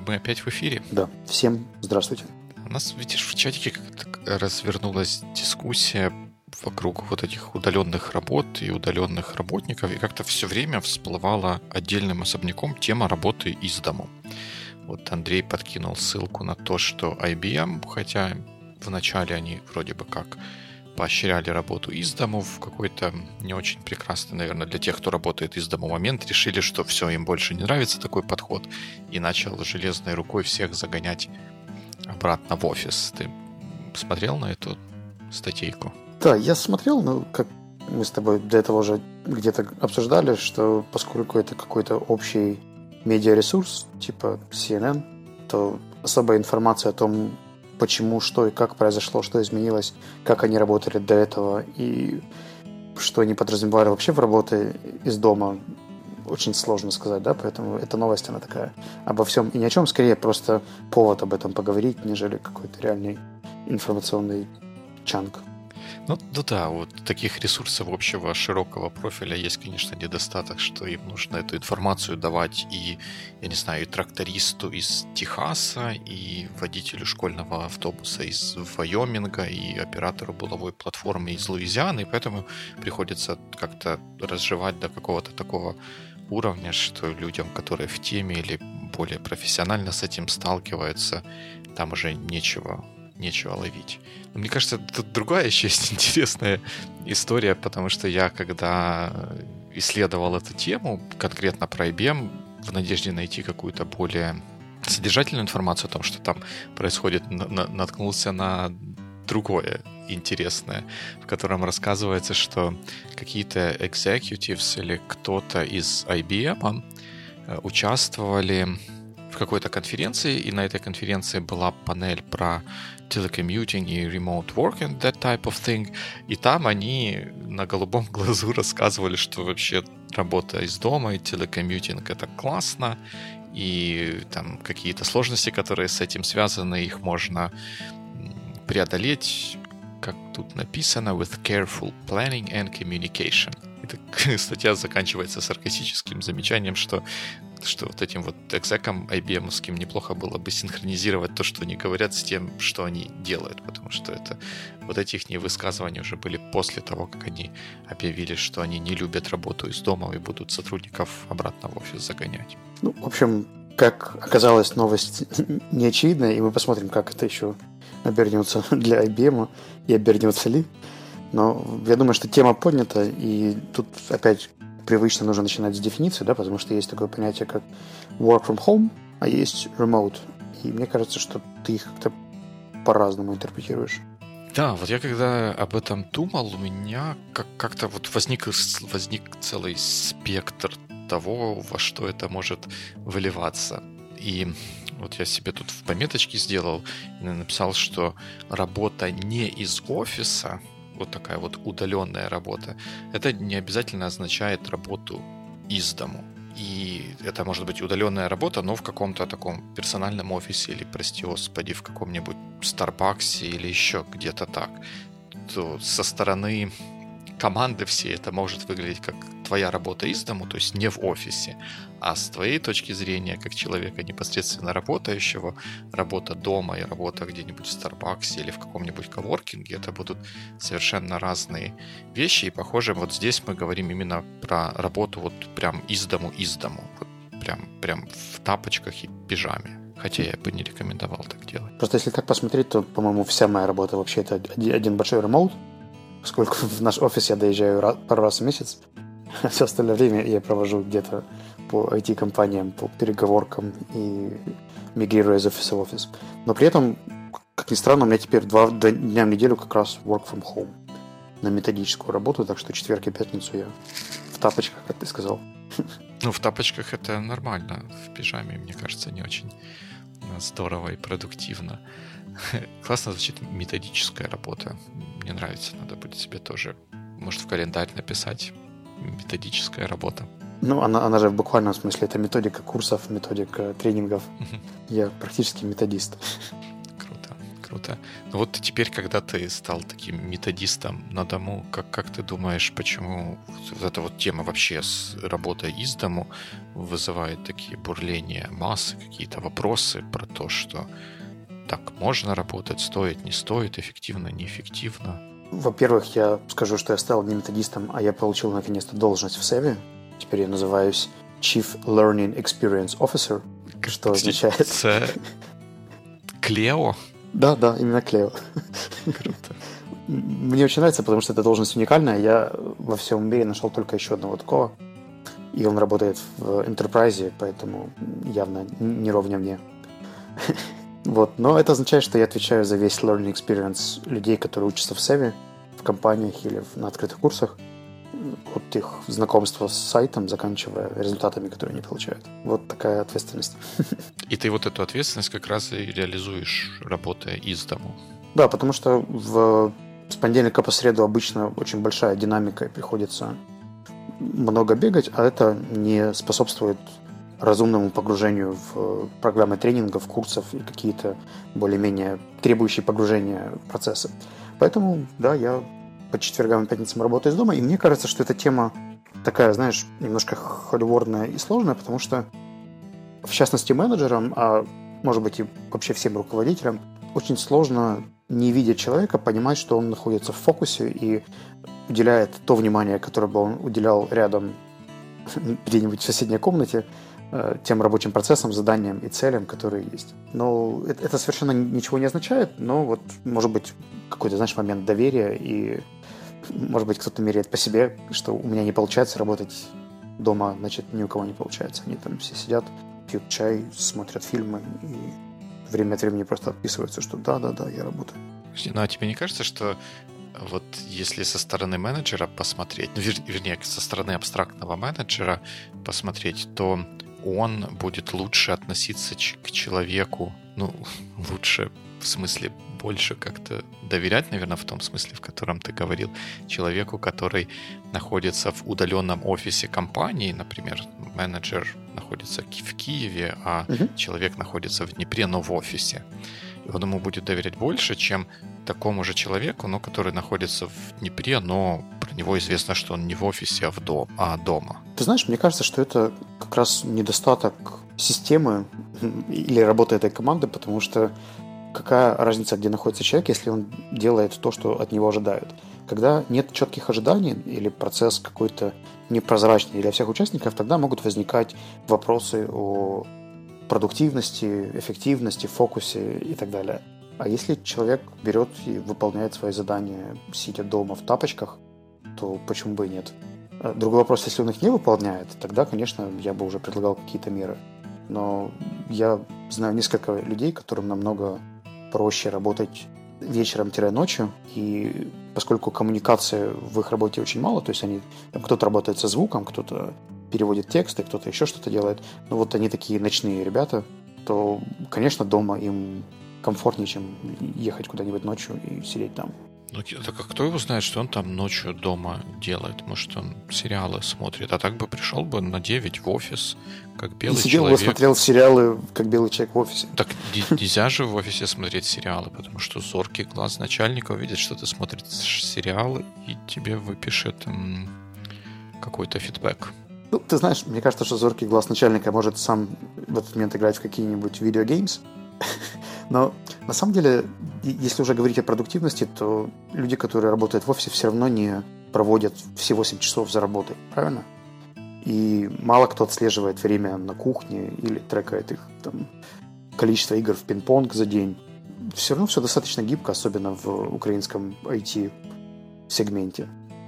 мы опять в эфире. Да, всем здравствуйте. У нас, видишь, в чатике как-то развернулась дискуссия вокруг вот этих удаленных работ и удаленных работников, и как-то все время всплывала отдельным особняком тема работы из дому. Вот Андрей подкинул ссылку на то, что IBM, хотя вначале они вроде бы как поощряли работу из дому, в какой-то не очень прекрасный, наверное, для тех, кто работает из дому момент, решили, что все, им больше не нравится такой подход, и начал железной рукой всех загонять обратно в офис. Ты смотрел на эту статейку? Да, я смотрел, но как мы с тобой до этого уже где-то обсуждали, что поскольку это какой-то общий медиаресурс, типа CNN, то особая информация о том, почему, что и как произошло, что изменилось, как они работали до этого и что они подразумевали вообще в работе из дома, очень сложно сказать, да, поэтому эта новость, она такая обо всем и ни о чем, скорее просто повод об этом поговорить, нежели какой-то реальный информационный чанк. Ну да, вот таких ресурсов общего широкого профиля есть, конечно, недостаток, что им нужно эту информацию давать и, я не знаю, и трактористу из Техаса, и водителю школьного автобуса из Вайоминга, и оператору булавой платформы из Луизианы, и поэтому приходится как-то разжевать до какого-то такого уровня, что людям, которые в теме или более профессионально с этим сталкиваются, там уже нечего ловить. Но мне кажется, тут другая еще есть интересная история, потому что я, когда исследовал эту тему, конкретно про IBM, в надежде найти какую-то более содержательную информацию о том, что там происходит, наткнулся на другое интересное, в котором рассказывается, что какие-то executives или кто-то из IBM участвовали в какой-то конференции, и на этой конференции была панель про telecommuting и remote working, that type of thing, и там они на голубом глазу рассказывали, что вообще работа из дома и телекомьютинг — это классно, и там какие-то сложности, которые с этим связаны, их можно преодолеть, как тут написано, with careful planning and communication. И статья заканчивается саркастическим замечанием, что вот этим вот экзекам IBM-овским неплохо было бы синхронизировать то, что они говорят, с тем, что они делают, потому что это вот эти их высказывания уже были после того, как они объявили, что они не любят работу из дома и будут сотрудников обратно в офис загонять. Ну, в общем, как оказалось, новость не очевидная, и мы посмотрим, как это еще обернется для IBM и обернется ли. Но я думаю, что тема поднята, и тут опять привычно нужно начинать с дефиниции, да, потому что есть такое понятие, как work from home, а есть remote. И мне кажется, что ты их как-то по-разному интерпретируешь. Да, вот я когда об этом думал, у меня как-то вот возник целый спектр того, во что это может выливаться. И вот я себе тут в пометочке сделал и написал, что работа не из офиса, вот такая вот удаленная работа, это не обязательно означает работу из дому. И это может быть удаленная работа, но в каком-то таком персональном офисе или, прости господи, в каком-нибудь Старбаксе или еще где-то так. То со стороны команды всей это может выглядеть как твоя работа из дому, то есть не в офисе, а с твоей точки зрения, как человека непосредственно работающего, работа дома и работа где-нибудь в Старбаксе или в каком-нибудь коворкинге, это будут совершенно разные вещи, и похоже, вот здесь мы говорим именно про работу вот прям из дому, вот прям в тапочках и пижаме. Хотя я бы не рекомендовал так делать. Просто если так посмотреть, то, по-моему, вся моя работа вообще это один большой ремоут, поскольку в наш офис я доезжаю пару раз в месяц, а все остальное время я провожу где-то по IT-компаниям, по переговоркам и мигрируя из офиса в офис. Но при этом, как ни странно, у меня теперь 2 дня в неделю как раз work from home на методическую работу, так что четверг и пятницу я в тапочках, как ты сказал. Ну, в тапочках это нормально, в пижаме, мне кажется, не очень здорово и продуктивно. Классно звучит методическая работа. Мне нравится, надо будет себе тоже, может, в календарь написать методическая работа. Ну, она же в буквальном смысле, это методика курсов, методика тренингов. Я практически методист. Круто. Круто. Ну вот теперь, когда ты стал таким методистом на дому, как ты думаешь, почему вот эта вот тема вообще с работой из дому вызывает такие бурления массы, какие-то вопросы про то, что так можно работать, стоит, не стоит, эффективно, неэффективно? Во-первых, я скажу, что я стал не методистом, а я получил наконец-то должность в Севе. Теперь я называюсь Chief Learning Experience Officer, что означает... Клео? Да, именно Клео. Круто. Мне очень нравится, потому что эта должность уникальная. Я во всем мире нашел только еще одного такого. И он работает в Enterprise, поэтому явно не ровня мне. Вот. Но это означает, что я отвечаю за весь learning experience людей, которые учатся в Севе, в компаниях или на открытых курсах. От их знакомства с сайтом, заканчивая результатами, которые они получают. Вот такая ответственность. И ты вот эту ответственность как раз и реализуешь, работая из дому. Да, потому что с понедельника по среду обычно очень большая динамика, и приходится много бегать, а это не способствует разумному погружению в программы тренингов, курсов и какие-то более-менее требующие погружения процессы. Поэтому, да, я по четвергам и пятницам работаю из дома, и мне кажется, что эта тема такая, знаешь, немножко холиворная и сложная, потому что, в частности, менеджерам, а может быть и вообще всем руководителям, очень сложно, не видя человека, понимать, что он находится в фокусе и уделяет то внимание, которое бы он уделял рядом где-нибудь в соседней комнате, тем рабочим процессам, заданиям и целям, которые есть. Но это совершенно ничего не означает, но вот, может быть, какой-то, знаешь, момент доверия, и, может быть, кто-то меряет по себе, что у меня не получается работать дома, значит, ни у кого не получается. Они там все сидят, пьют чай, смотрят фильмы и время от времени просто отписываются, что да, я работаю. Ну, а тебе не кажется, что вот если со стороны менеджера посмотреть, вернее, со стороны абстрактного менеджера посмотреть, то он будет лучше относиться к человеку, ну, лучше в смысле больше как-то доверять, наверное, в том смысле, в котором ты говорил, человеку, который находится в удаленном офисе компании, например, менеджер находится в Киеве, а человек находится в Днепре, но в офисе. И он ему будет доверять больше, чем такому же человеку, но который находится в Днепре, но про него известно, что он не в офисе, а дома. Ты знаешь, мне кажется, что это как раз недостаток системы или работы этой команды, потому что какая разница, где находится человек, если он делает то, что от него ожидают. Когда нет четких ожиданий или процесс какой-то непрозрачный для всех участников, тогда могут возникать вопросы о продуктивности, эффективности, фокусе и так далее. А если человек берет и выполняет свои задания, сидя дома в тапочках, то почему бы и нет? Другой вопрос, если он их не выполняет, тогда, конечно, я бы уже предлагал какие-то меры. Но я знаю несколько людей, которым намного проще работать вечером-ночью, и поскольку коммуникации в их работе очень мало, то есть кто-то работает со звуком, кто-то переводит тексты, кто-то еще что-то делает, но вот они такие ночные ребята, то, конечно, дома им комфортнее, чем ехать куда-нибудь ночью и сидеть там. Ну, так а кто его знает, что он там ночью дома делает? Может, он сериалы смотрит, а так бы пришел бы на 9 в офис, как белый человек. И сидел бы, смотрел сериалы, как белый человек в офисе. Так нельзя же в офисе смотреть сериалы, потому что зоркий глаз начальника увидит, что ты смотришь сериалы, и тебе выпишет какой-то фидбэк. Ну, ты знаешь, мне кажется, что зоркий глаз начальника может сам в этот момент играть в какие-нибудь видеогеймс. Но на самом деле, если уже говорить о продуктивности, то люди, которые работают в офисе, все равно не проводят все 8 часов за работой, правильно? И мало кто отслеживает время на кухне или трекает их там, количество игр в пинг-понг за день. Все равно все достаточно гибко, особенно в украинском IT-сегменте.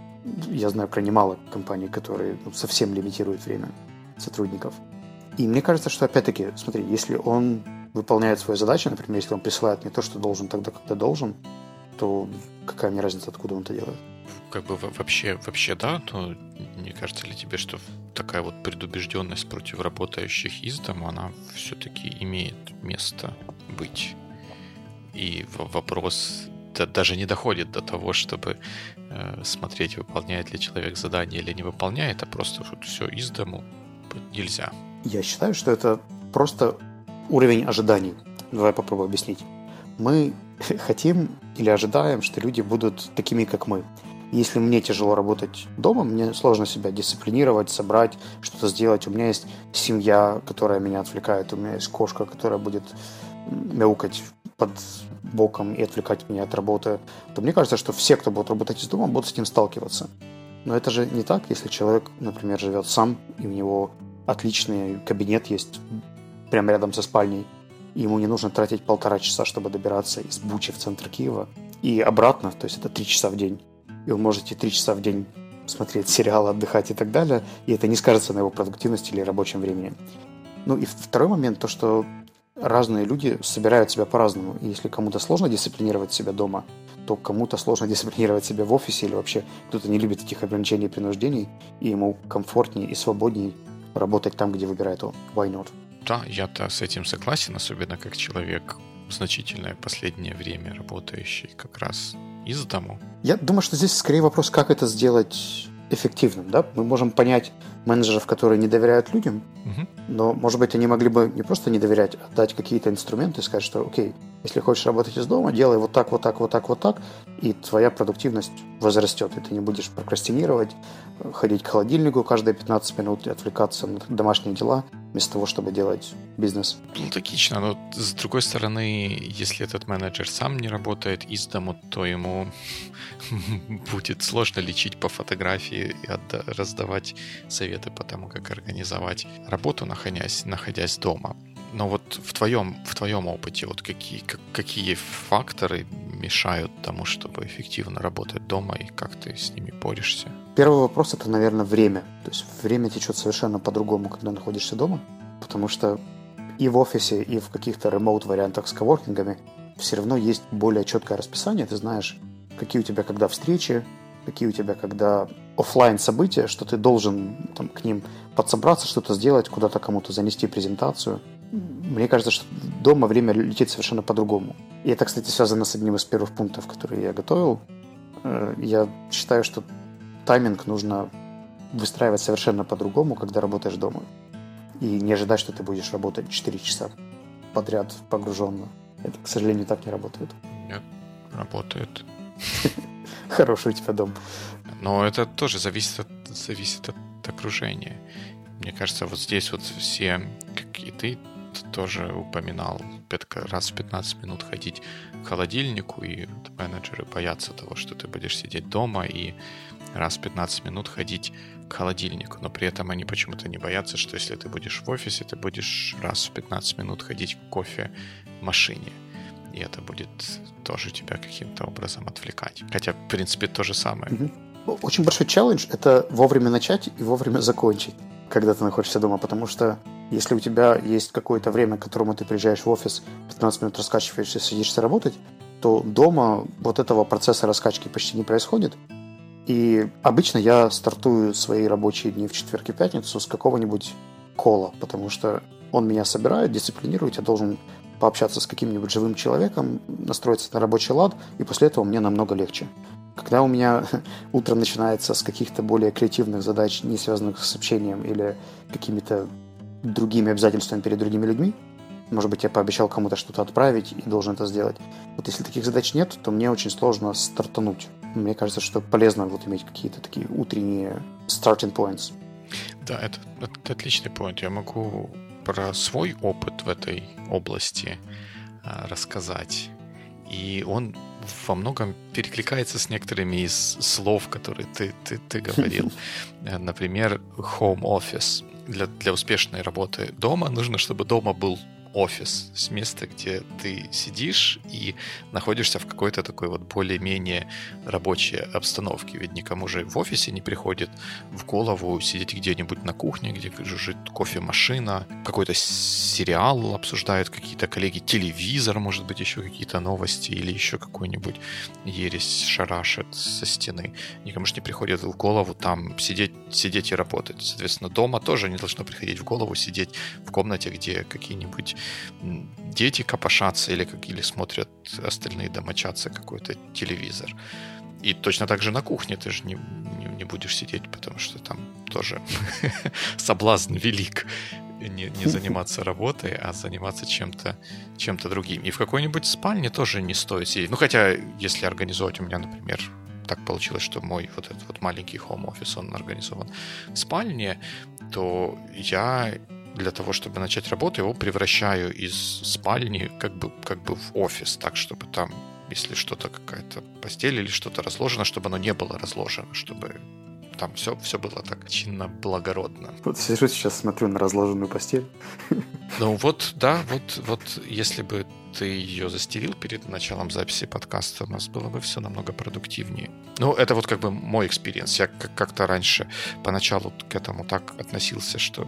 Я знаю про немало компаний, которые совсем лимитируют время сотрудников. И мне кажется, что опять-таки, смотри, если он выполняет свою задачу, например, если он присылает не то, что должен тогда, когда должен, то какая мне разница, откуда он это делает? Как бы вообще да, но не кажется ли тебе, что такая вот предубежденность против работающих из дома, она все-таки имеет место быть? И вопрос даже не доходит до того, чтобы смотреть, выполняет ли человек задание или не выполняет, а просто вот все из дому нельзя. Я считаю, что это просто уровень ожиданий. Давай попробую объяснить. Мы хотим или ожидаем, что люди будут такими, как мы. Если мне тяжело работать дома, мне сложно себя дисциплинировать, собрать, что-то сделать. У меня есть семья, которая меня отвлекает, у меня есть кошка, которая будет мяукать под боком и отвлекать меня от работы, то мне кажется, что все, кто будет работать из дома, будут с этим сталкиваться. Но это же не так, если человек, например, живет сам, и у него отличный кабинет есть прямо рядом со спальней, и ему не нужно тратить 1,5 часа, чтобы добираться из Бучи в центр Киева и обратно, то есть это 3 часа в день. И вы можете 3 часа в день смотреть сериалы, отдыхать и так далее, и это не скажется на его продуктивности или рабочем времени. Ну и второй момент, то, что разные люди собирают себя по-разному. И если кому-то сложно дисциплинировать себя дома, то кому-то сложно дисциплинировать себя в офисе, или вообще кто-то не любит этих ограничений и принуждений, и ему комфортнее и свободнее работать там, где выбирает он. Why not? Да, я-то с этим согласен, особенно как человек значительное последнее время работающий как раз из дому. Я думаю, что здесь скорее вопрос, как это сделать эффективным, да? Мы можем понять менеджеров, которые не доверяют людям, но, может быть, они могли бы не просто не доверять, а дать какие-то инструменты и сказать, что, окей, если хочешь работать из дома, делай вот так, вот так, вот так, вот так, и твоя продуктивность возрастет, и ты не будешь прокрастинировать, ходить к холодильнику каждые 15 минут и отвлекаться на домашние дела, вместо того, чтобы делать бизнес. Логично, но с другой стороны, если этот менеджер сам не работает из дому, то ему будет сложно лечить по фотографии и раздавать советы по тому, как организовать работу, находясь дома. Но вот в твоем опыте вот какие факторы мешают тому, чтобы эффективно работать дома, и как ты с ними борешься? Первый вопрос – это, наверное, время. То есть время течет совершенно по-другому, когда находишься дома, потому что и в офисе, и в каких-то ремоут-вариантах с коворкингами все равно есть более четкое расписание. Ты знаешь, какие у тебя когда встречи, какие у тебя когда офлайн события, что ты должен там, к ним подсобраться, что-то сделать, куда-то кому-то занести презентацию. Мне кажется, что дома время летит совершенно по-другому. И это, кстати, связано с одним из первых пунктов, которые я готовил. Я считаю, что тайминг нужно выстраивать совершенно по-другому, когда работаешь дома. И не ожидать, что ты будешь работать 4 часа подряд погруженно. Это, к сожалению, так не работает. Нет, работает. Хороший у тебя дом. Но это тоже зависит от окружения. Мне кажется, вот здесь вот все, как и ты тоже упоминал, раз в 15 минут ходить к холодильнику, и менеджеры боятся того, что ты будешь сидеть дома и раз в 15 минут ходить к холодильнику. Но при этом они почему-то не боятся, что если ты будешь в офисе, ты будешь раз в 15 минут ходить к кофе-машине. И это будет тоже тебя каким-то образом отвлекать. Хотя, в принципе, то же самое. Очень большой челлендж – это вовремя начать и вовремя закончить, когда ты находишься дома. Потому что если у тебя есть какое-то время, к которому ты приезжаешь в офис, 15 минут раскачиваешься, садишься работать, то дома вот этого процесса раскачки почти не происходит. И обычно я стартую свои рабочие дни в четверг и пятницу с какого-нибудь кола, потому что он меня собирает, дисциплинирует, я должен пообщаться с каким-нибудь живым человеком, настроиться на рабочий лад, и после этого мне намного легче. Когда у меня утро начинается с каких-то более креативных задач, не связанных с общением или какими-то другими обязательствами перед другими людьми, может быть, я пообещал кому-то что-то отправить и должен это сделать. Вот если таких задач нет, то мне очень сложно стартануть. Мне кажется, что полезно вот иметь какие-то такие утренние starting points. Да, это отличный point. Я могу про свой опыт в этой области рассказать. И он во многом перекликается с некоторыми из слов, которые ты говорил. Например, home office. Для успешной работы дома нужно, чтобы дома был офис, с места, где ты сидишь и находишься в какой-то такой вот более-менее рабочей обстановке. Ведь никому же в офисе не приходит в голову сидеть где-нибудь на кухне, где жужжит кофемашина, какой-то сериал обсуждают какие-то коллеги, телевизор, может быть, еще какие-то новости или еще какую-нибудь ересь шарашит со стены. Никому же не приходит в голову там сидеть и работать. Соответственно, дома тоже не должно приходить в голову сидеть в комнате, где какие-нибудь дети копошатся или смотрят остальные домочадцы какой-то телевизор. И точно так же на кухне ты же не будешь сидеть, потому что там тоже соблазн велик. не заниматься работой, а заниматься чем-то другим. И в какой-нибудь спальне тоже не стоит сидеть. Ну, хотя, если организовать у меня, например, так получилось, что мой вот этот вот маленький home-офис, он организован в спальне, то я для того, чтобы начать работу, его превращаю из спальни как бы в офис, так, чтобы там, если что-то, какая-то постель или что-то разложено, чтобы оно не было разложено, чтобы там все было так чинно, благородно. Вот сижу сейчас, смотрю на разложенную постель. Ну вот, да, вот если бы ты ее застелил перед началом записи подкаста, у нас было бы все намного продуктивнее. Ну, это вот как бы мой экспириенс. Я как-то раньше поначалу к этому так относился, что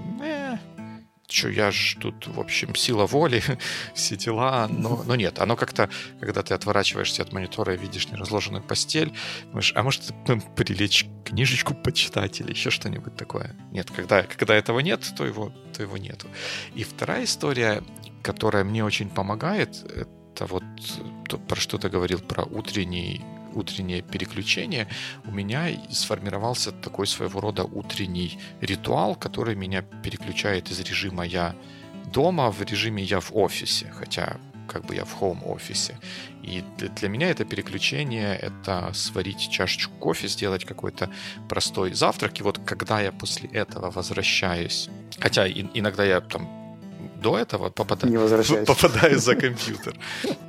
я ж тут, в общем, сила воли, все дела, но нет, оно как-то, когда ты отворачиваешься от монитора и видишь неразложенную постель, думаешь, а может прилечь книжечку почитать или еще что-нибудь такое? Нет, когда этого нет, то его нету. И вторая история, которая мне очень помогает, это вот то, про что ты говорил, про утреннее переключение, у меня сформировался такой своего рода утренний ритуал, который меня переключает из режима «я дома» в режиме «я в офисе», хотя как бы я в хоум-офисе. И для меня это переключение — это сварить чашечку кофе, сделать какой-то простой завтрак, и вот когда я после этого возвращаюсь, хотя иногда я там до этого попадаю за компьютер,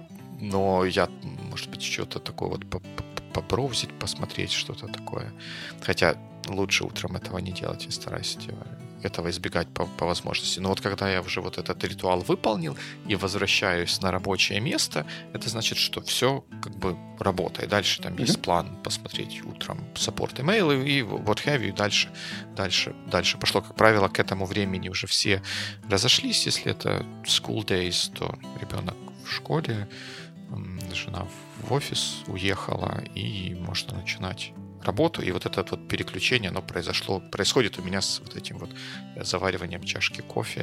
но я, может быть, что-то такое вот поброузить, посмотреть, что-то такое. Хотя лучше утром этого не делать, я стараюсь этого избегать по возможности. Но вот когда я уже вот этот ритуал выполнил и возвращаюсь на рабочее место, это значит, что все как бы работает. Дальше там есть план посмотреть утром support email и what have you, и дальше пошло. Как правило, к этому времени уже все разошлись. Если это school days, то ребенок в школе, жена в офис уехала, и можно начинать работу. И вот это вот переключение, оно происходит у меня с вот этим вот завариванием чашки кофе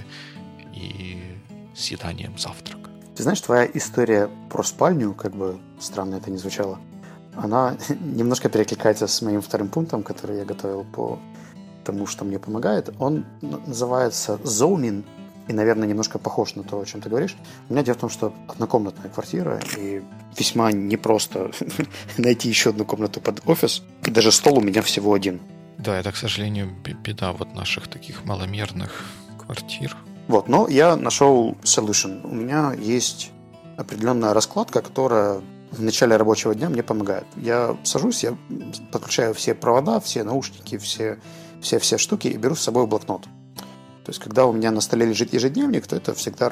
и съеданием завтрака. Ты знаешь, твоя история про спальню, как бы странно это ни звучало, она немножко перекликается с моим вторым пунктом, который я готовил по тому, что мне помогает. Он называется zoning, и, наверное, немножко похож на то, о чем ты говоришь. У меня дело в том, что однокомнатная квартира, и весьма непросто найти еще одну комнату под офис, и даже стол у меня всего один. Да, это, к сожалению, беда вот наших таких маломерных квартир. Вот, но я нашел solution. У меня есть определенная раскладка, которая в начале рабочего дня мне помогает. Я сажусь, я подключаю все провода, все наушники, все штуки и беру с собой блокнот. То есть, когда у меня на столе лежит ежедневник, то это всегда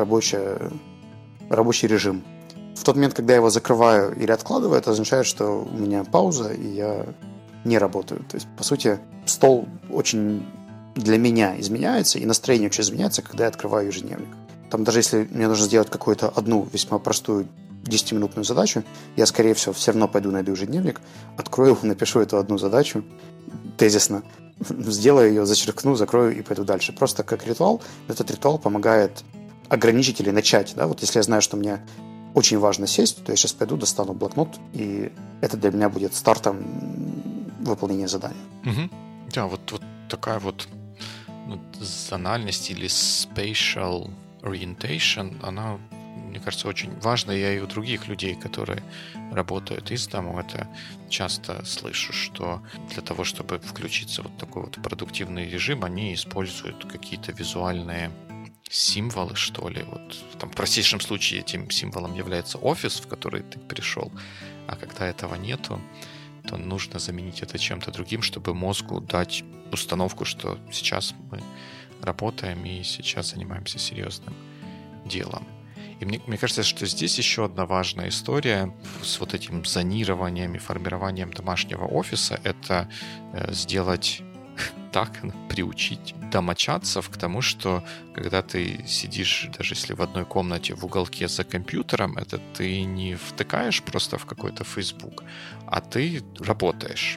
рабочий режим. В тот момент, когда я его закрываю или откладываю, это означает, что у меня пауза, и я не работаю. То есть, по сути, стол очень для меня изменяется, и настроение очень изменяется, когда я открываю ежедневник. Там даже если мне нужно сделать какую-то одну весьма простую 10-минутную задачу, я, скорее всего, все равно пойду найду ежедневник, открою, напишу эту одну задачу тезисно, сделаю ее, зачеркну, закрою и пойду дальше. Просто как ритуал. Этот ритуал помогает ограничить или начать. Да? Вот если я знаю, что мне очень важно сесть, то я сейчас пойду, достану блокнот, и это для меня будет стартом выполнения задания. Угу. Да, вот такая вот зональность или spatial orientation, она, мне кажется, очень важна. Я и у других людей, которые работают из дома, это часто слышу, что для того, чтобы включиться в вот такой вот продуктивный режим, они используют какие-то визуальные символы, что ли. Вот там, в простейшем случае этим символом является офис, в который ты пришел, а когда этого нету, то нужно заменить это чем-то другим, чтобы мозгу дать установку, что сейчас мы работаем и сейчас занимаемся серьезным делом. И мне кажется, что здесь еще одна важная история с вот этим зонированием и формированием домашнего офиса — это сделать так, приучить домочадцев к тому, что когда ты сидишь, даже если в одной комнате в уголке за компьютером, это ты не втыкаешь просто в какой-то Facebook, а ты работаешь.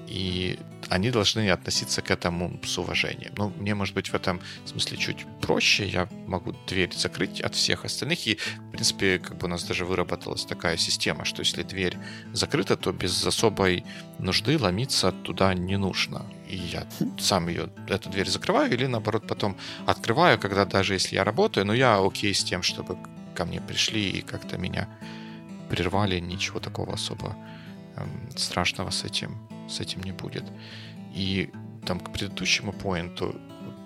и они должны относиться к этому с уважением. Ну, мне, может быть, в этом смысле чуть проще. Я могу дверь закрыть от всех остальных. И, в принципе, как бы у нас даже выработалась такая система, что если дверь закрыта, то без особой нужды ломиться туда не нужно. И я сам эту дверь закрываю или, наоборот, потом открываю, когда даже если я работаю, но я окей с тем, чтобы ко мне пришли и как-то меня прервали. Ничего такого особо страшного с этим не будет. И там к предыдущему поинту,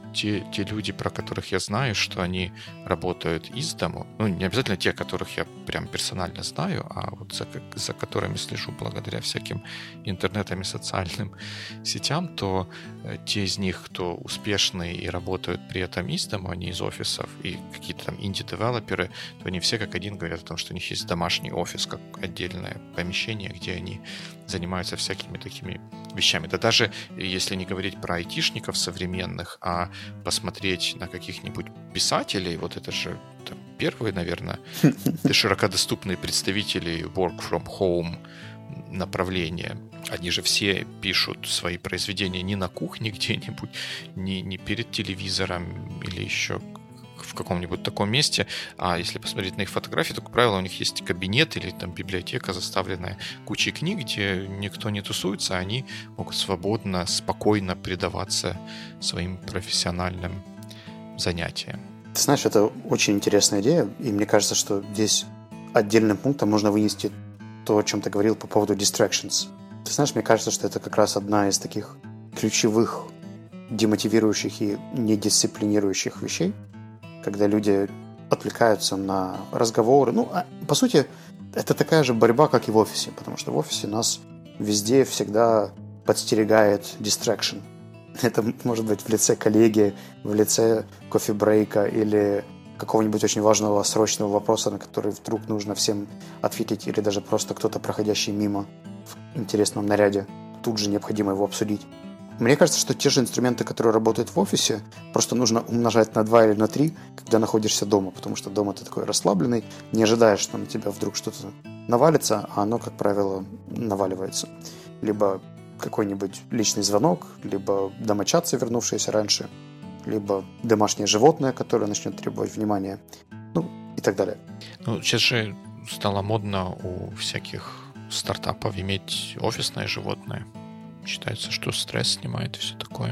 те люди, про которых я знаю, что они работают из дому, ну, не обязательно те, которых я прям персонально знаю, а вот за которыми слежу благодаря всяким интернетам и социальным сетям, то те из них, кто успешные и работают при этом из дому, а не из офисов, и какие-то там инди-девелоперы, то они все как один говорят о том, что у них есть домашний офис, как отдельное помещение, где они занимаются всякими такими вещами. Да даже если не говорить про айтишников современных, а посмотреть на каких-нибудь писателей, вот это же там, первые, наверное, широкодоступные представители work from home направления. Они же все пишут свои произведения не на кухне где-нибудь, не перед телевизором или еще в каком-нибудь таком месте, а если посмотреть на их фотографии, то, как правило, у них есть кабинет или там библиотека, заставленная кучей книг, где никто не тусуется, а они могут свободно, спокойно предаваться своим профессиональным занятиям. Ты знаешь, это очень интересная идея, и мне кажется, что здесь отдельным пунктом можно вынести то, о чем ты говорил по поводу distractions. Ты знаешь, мне кажется, что это как раз одна из таких ключевых демотивирующих и недисциплинирующих вещей, когда люди отвлекаются на разговоры. Ну, по сути, это такая же борьба, как и в офисе, потому что в офисе нас везде всегда подстерегает distraction. Это может быть в лице коллеги, в лице кофе-брейка или какого-нибудь очень важного срочного вопроса, на который вдруг нужно всем ответить, или даже просто кто-то, проходящий мимо в интересном наряде, тут же необходимо его обсудить. Мне кажется, что те же инструменты, которые работают в офисе, просто нужно умножать на 2 или на 3, когда находишься дома, потому что дома ты такой расслабленный, не ожидаешь, что на тебя вдруг что-то навалится, а оно, как правило, наваливается. Либо какой-нибудь личный звонок, либо домочадцы, вернувшиеся раньше, либо домашнее животное, которое начнет требовать внимания, ну и так далее. Ну, сейчас же стало модно у всяких стартапов иметь офисное животное. Считается, что стресс снимает и все такое.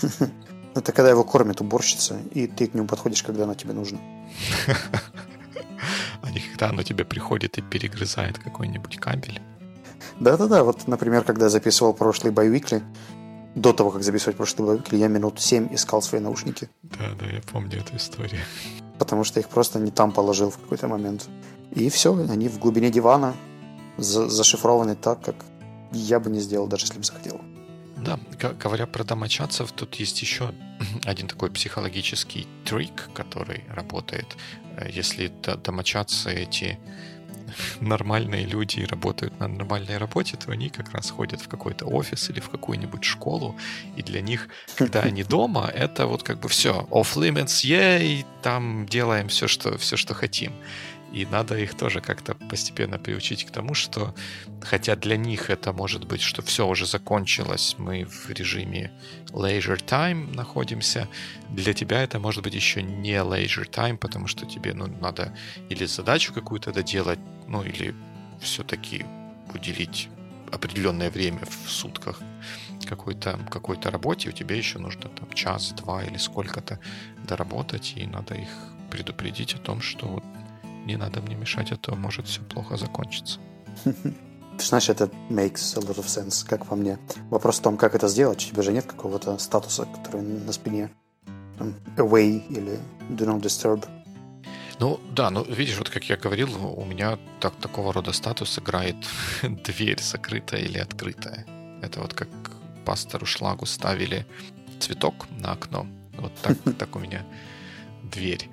Это когда его кормит уборщица, и ты к нему подходишь, когда оно тебе нужно. А не когда оно тебе приходит и перегрызает какой-нибудь кабель. Да-да-да, вот, например, когда я записывал прошлый Bi-Weekly, до того, как записывать прошлый Bi-Weekly, я минут 7 искал свои наушники. Да, я помню эту историю. Потому что их просто не там положил в какой-то момент. И все, они в глубине дивана зашифрованы так, как я бы не сделал, даже если бы захотел. Да, говоря про домочадцев, тут есть еще один такой психологический трик, который работает. Если домочадцы эти нормальные люди и работают на нормальной работе, то они как раз ходят в какой-то офис или в какую-нибудь школу, и для них, когда они дома, это вот как бы все, off limits, ей, там делаем все, что хотим. И надо их тоже как-то постепенно приучить к тому, что, хотя для них это может быть, что все уже закончилось, мы в режиме leisure time находимся, для тебя это может быть еще не leisure time, потому что тебе надо или задачу какую-то доделать, или все-таки уделить определенное время в сутках какой-то работе, у тебя еще нужно там час-два или сколько-то доработать, и надо их предупредить о том, что вот не надо мне мешать, а то может все плохо закончиться. Ты знаешь, это makes a lot of sense, как по мне. Вопрос в том, как это сделать. У тебя же нет какого-то статуса, который на спине. Away или do not disturb. Видишь, вот как я говорил, у меня такого рода статус играет дверь закрытая или открытая. Это вот как пастору Шлагу ставили цветок на окно. Вот так у меня дверь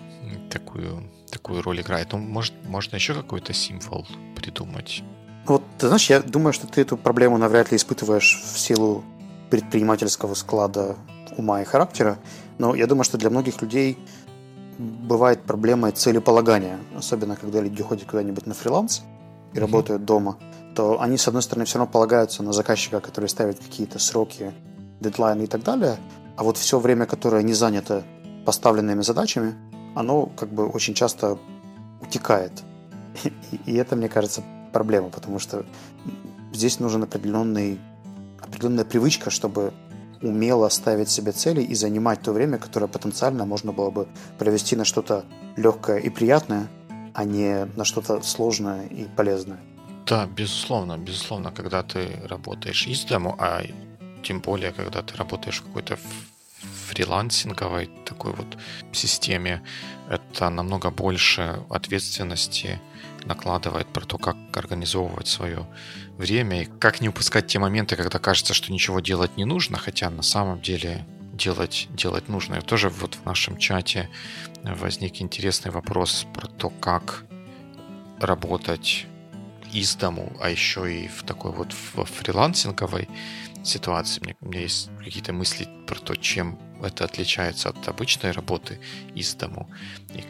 такую роль играет. Можно еще какой-то символ придумать. Вот, ты знаешь, я думаю, что ты эту проблему навряд ли испытываешь в силу предпринимательского склада ума и характера, но я думаю, что для многих людей бывает проблемой целеполагания, особенно когда люди ходят куда-нибудь на фриланс и работают дома, то они, с одной стороны, все равно полагаются на заказчика, который ставит какие-то сроки, дедлайны и так далее, а вот все время, которое не занято поставленными задачами, оно как бы очень часто утекает. И это, мне кажется, проблема, потому что здесь нужен определенная привычка, чтобы умело ставить себе цели и занимать то время, которое потенциально можно было бы провести на что-то легкое и приятное, а не на что-то сложное и полезное. Да, безусловно, когда ты работаешь из дому, а тем более, когда ты работаешь в какой-то фрилансинговой такой вот системе, это намного больше ответственности накладывает про то, как организовывать свое время и как не упускать те моменты, когда кажется, что ничего делать не нужно, хотя на самом деле делать нужно. И тоже вот в нашем чате возник интересный вопрос про то, как работать из дому, а еще и в такой вот фрилансинговой ситуации. У меня есть какие-то мысли про то, чем это отличается от обычной работы из дому, и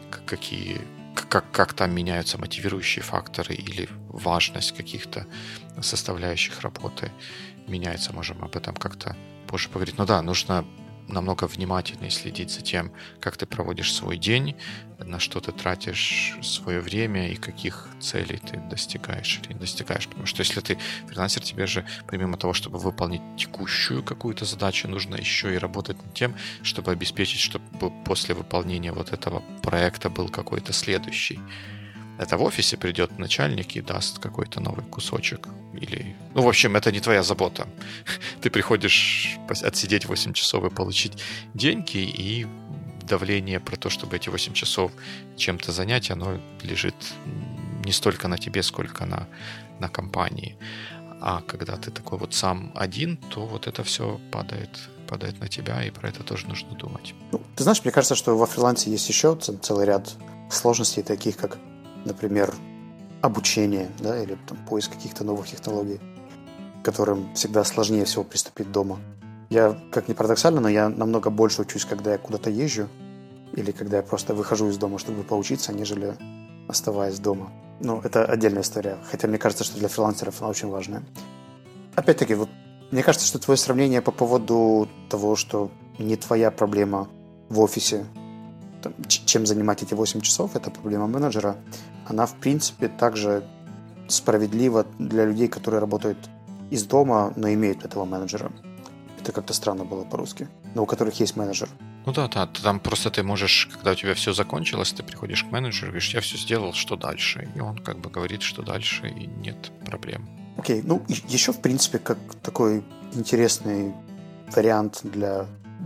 как там меняются мотивирующие факторы или важность каких-то составляющих работы меняется. Можем об этом как-то позже поговорить. Но да, нужно намного внимательнее следить за тем, как ты проводишь свой день, на что ты тратишь свое время и каких целей ты достигаешь или не достигаешь. Потому что если ты фрилансер, тебе же помимо того, чтобы выполнить текущую какую-то задачу, нужно еще и работать над тем, чтобы обеспечить, чтобы после выполнения вот этого проекта был какой-то следующий. Это в офисе придет начальник и даст какой-то новый кусочек. Или... Ну, в общем, это не твоя забота. Ты приходишь отсидеть 8 часов и получить деньги, и давление про то, чтобы эти 8 часов чем-то занять, оно лежит не столько на тебе, сколько на компании. А когда ты такой вот сам один, то вот это все падает на тебя, и про это тоже нужно думать. Ну, ты знаешь, мне кажется, что во фрилансе есть еще целый ряд сложностей, таких как, например, обучение, да, или там, поиск каких-то новых технологий, к которым всегда сложнее всего приступить дома. Я, как ни парадоксально, но я намного больше учусь, когда я куда-то езжу, или когда я просто выхожу из дома, чтобы поучиться, нежели оставаясь дома. Ну, это отдельная история, хотя мне кажется, что для фрилансеров она очень важная. Опять-таки, вот мне кажется, что твое сравнение по поводу того, что не твоя проблема в офисе, чем занимать эти 8 часов, это проблема менеджера, она, в принципе, также справедлива для людей, которые работают из дома, но имеют этого менеджера. Это как-то странно было по-русски. Но у которых есть менеджер. Ну да, там просто ты можешь, когда у тебя все закончилось, ты приходишь к менеджеру и говоришь, я все сделал, что дальше? И он как бы говорит, что дальше, и нет проблем. Окей, ну еще, в принципе, как такой интересный вариант для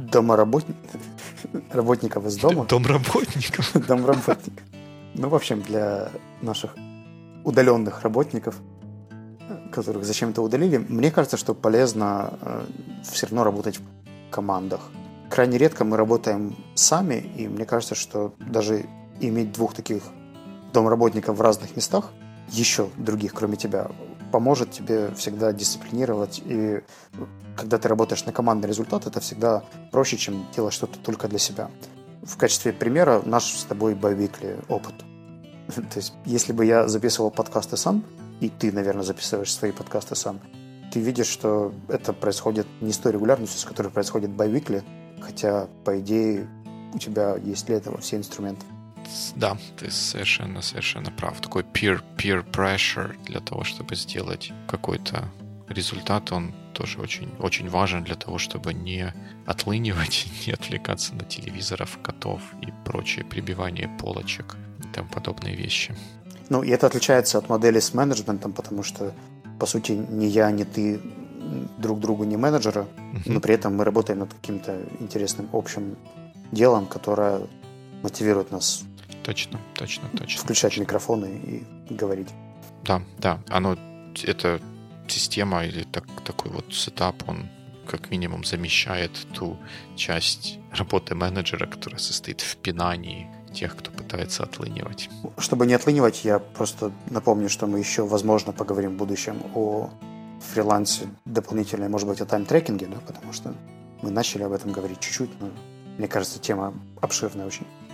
работников из дома. Домработников. Домработников. Ну, в общем, для наших удаленных работников, которых зачем-то удалили, мне кажется, что полезно все равно работать в командах. Крайне редко мы работаем сами, и мне кажется, что даже иметь двух таких домработников в разных местах, еще других, кроме тебя, поможет тебе всегда дисциплинировать. И когда ты работаешь на командный результат, это всегда проще, чем делать что-то только для себя. В качестве примера наш с тобой bi-weekly опыт. То есть, если бы я записывал подкасты сам, и ты, наверное, записываешь свои подкасты сам, ты видишь, что это происходит не с той регулярностью, с которой происходит bi-weekly, хотя, по идее, у тебя есть для этого все инструменты. Да, ты совершенно прав. Такой peer pressure для того, чтобы сделать какой-то результат, он тоже очень, очень важен для того, чтобы не отлынивать, не отвлекаться на телевизоров, котов и прочее прибивание полочек и тому подобные вещи. Ну, и это отличается от модели с менеджментом, потому что, по сути, ни я, ни ты друг другу не менеджеры, но при этом мы работаем над каким-то интересным общим делом, которое мотивирует нас Точно. Включать микрофоны и говорить. Да. Эта система или такой вот сетап, он как минимум замещает ту часть работы менеджера, которая состоит в пинании тех, кто пытается отлынивать. Чтобы не отлынивать, я просто напомню, что мы еще, возможно, поговорим в будущем о фрилансе дополнительно, может быть, о тайм-трекинге, да, потому что мы начали об этом говорить чуть-чуть, но мне кажется, тема обширная очень.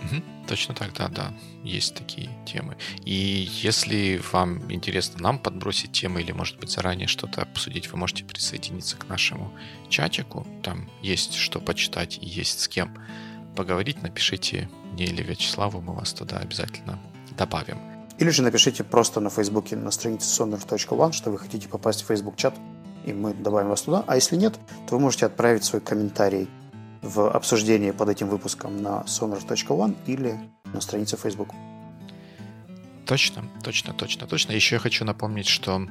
Точно так, да, есть такие темы. И если вам интересно нам подбросить темы или, может быть, заранее что-то обсудить, вы можете присоединиться к нашему чатику. Там есть что почитать и есть с кем поговорить. Напишите мне или Вячеславу, мы вас туда обязательно добавим. Или же напишите просто на Фейсбуке на странице sonar.one, что вы хотите попасть в Facebook-чат, и мы добавим вас туда. А если нет, то вы можете отправить свой комментарий в обсуждение под этим выпуском на sonar.one или на странице Facebook. Точно. Еще я хочу напомнить, что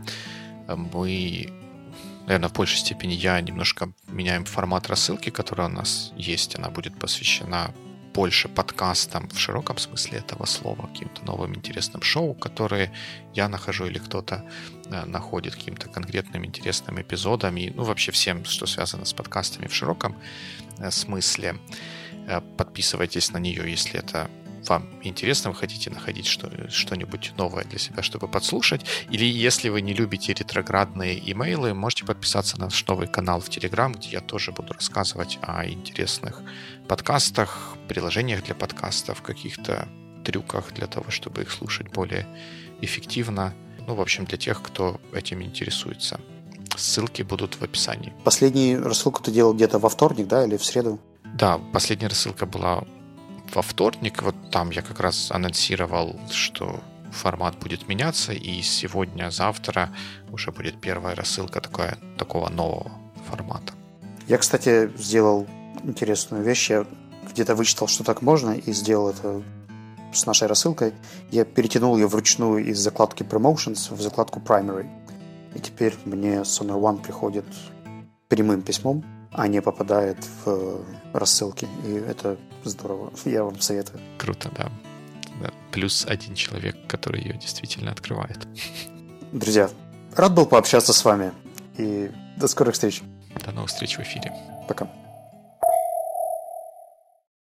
мы, наверное, в большей степени немножко меняем формат рассылки, которая у нас есть. Она будет посвящена больше подкастам в широком смысле этого слова, каким-то новым интересным шоу, которые я нахожу или кто-то находит, каким-то конкретным интересным эпизодом и, вообще всем, что связано с подкастами в широком смысле. Подписывайтесь на нее, если это вам интересно, вы хотите находить что-нибудь новое для себя, чтобы подслушать. Или если вы не любите ретроградные имейлы, можете подписаться на наш новый канал в Telegram, где я тоже буду рассказывать о интересных подкастах, приложениях для подкастов, каких-то трюках для того, чтобы их слушать более эффективно. В общем, для тех, кто этим интересуется. Ссылки будут в описании. Последнюю рассылку ты делал где-то во вторник, да, или в среду? Да, последняя рассылка была во вторник. Вот там я как раз анонсировал, что формат будет меняться, и сегодня-завтра уже будет первая рассылка такого нового формата. Я, кстати, сделал интересную вещь. Я где-то вычитал, что так можно, и сделал это с нашей рассылкой. Я перетянул ее вручную из закладки Promotions в закладку Primary. И теперь мне Sonar One приходит прямым письмом, а не попадает в рассылки. И это здорово. Я вам советую. Круто, да. Плюс один человек, который ее действительно открывает. Друзья, рад был пообщаться с вами. И до скорых встреч. До новых встреч в эфире. Пока.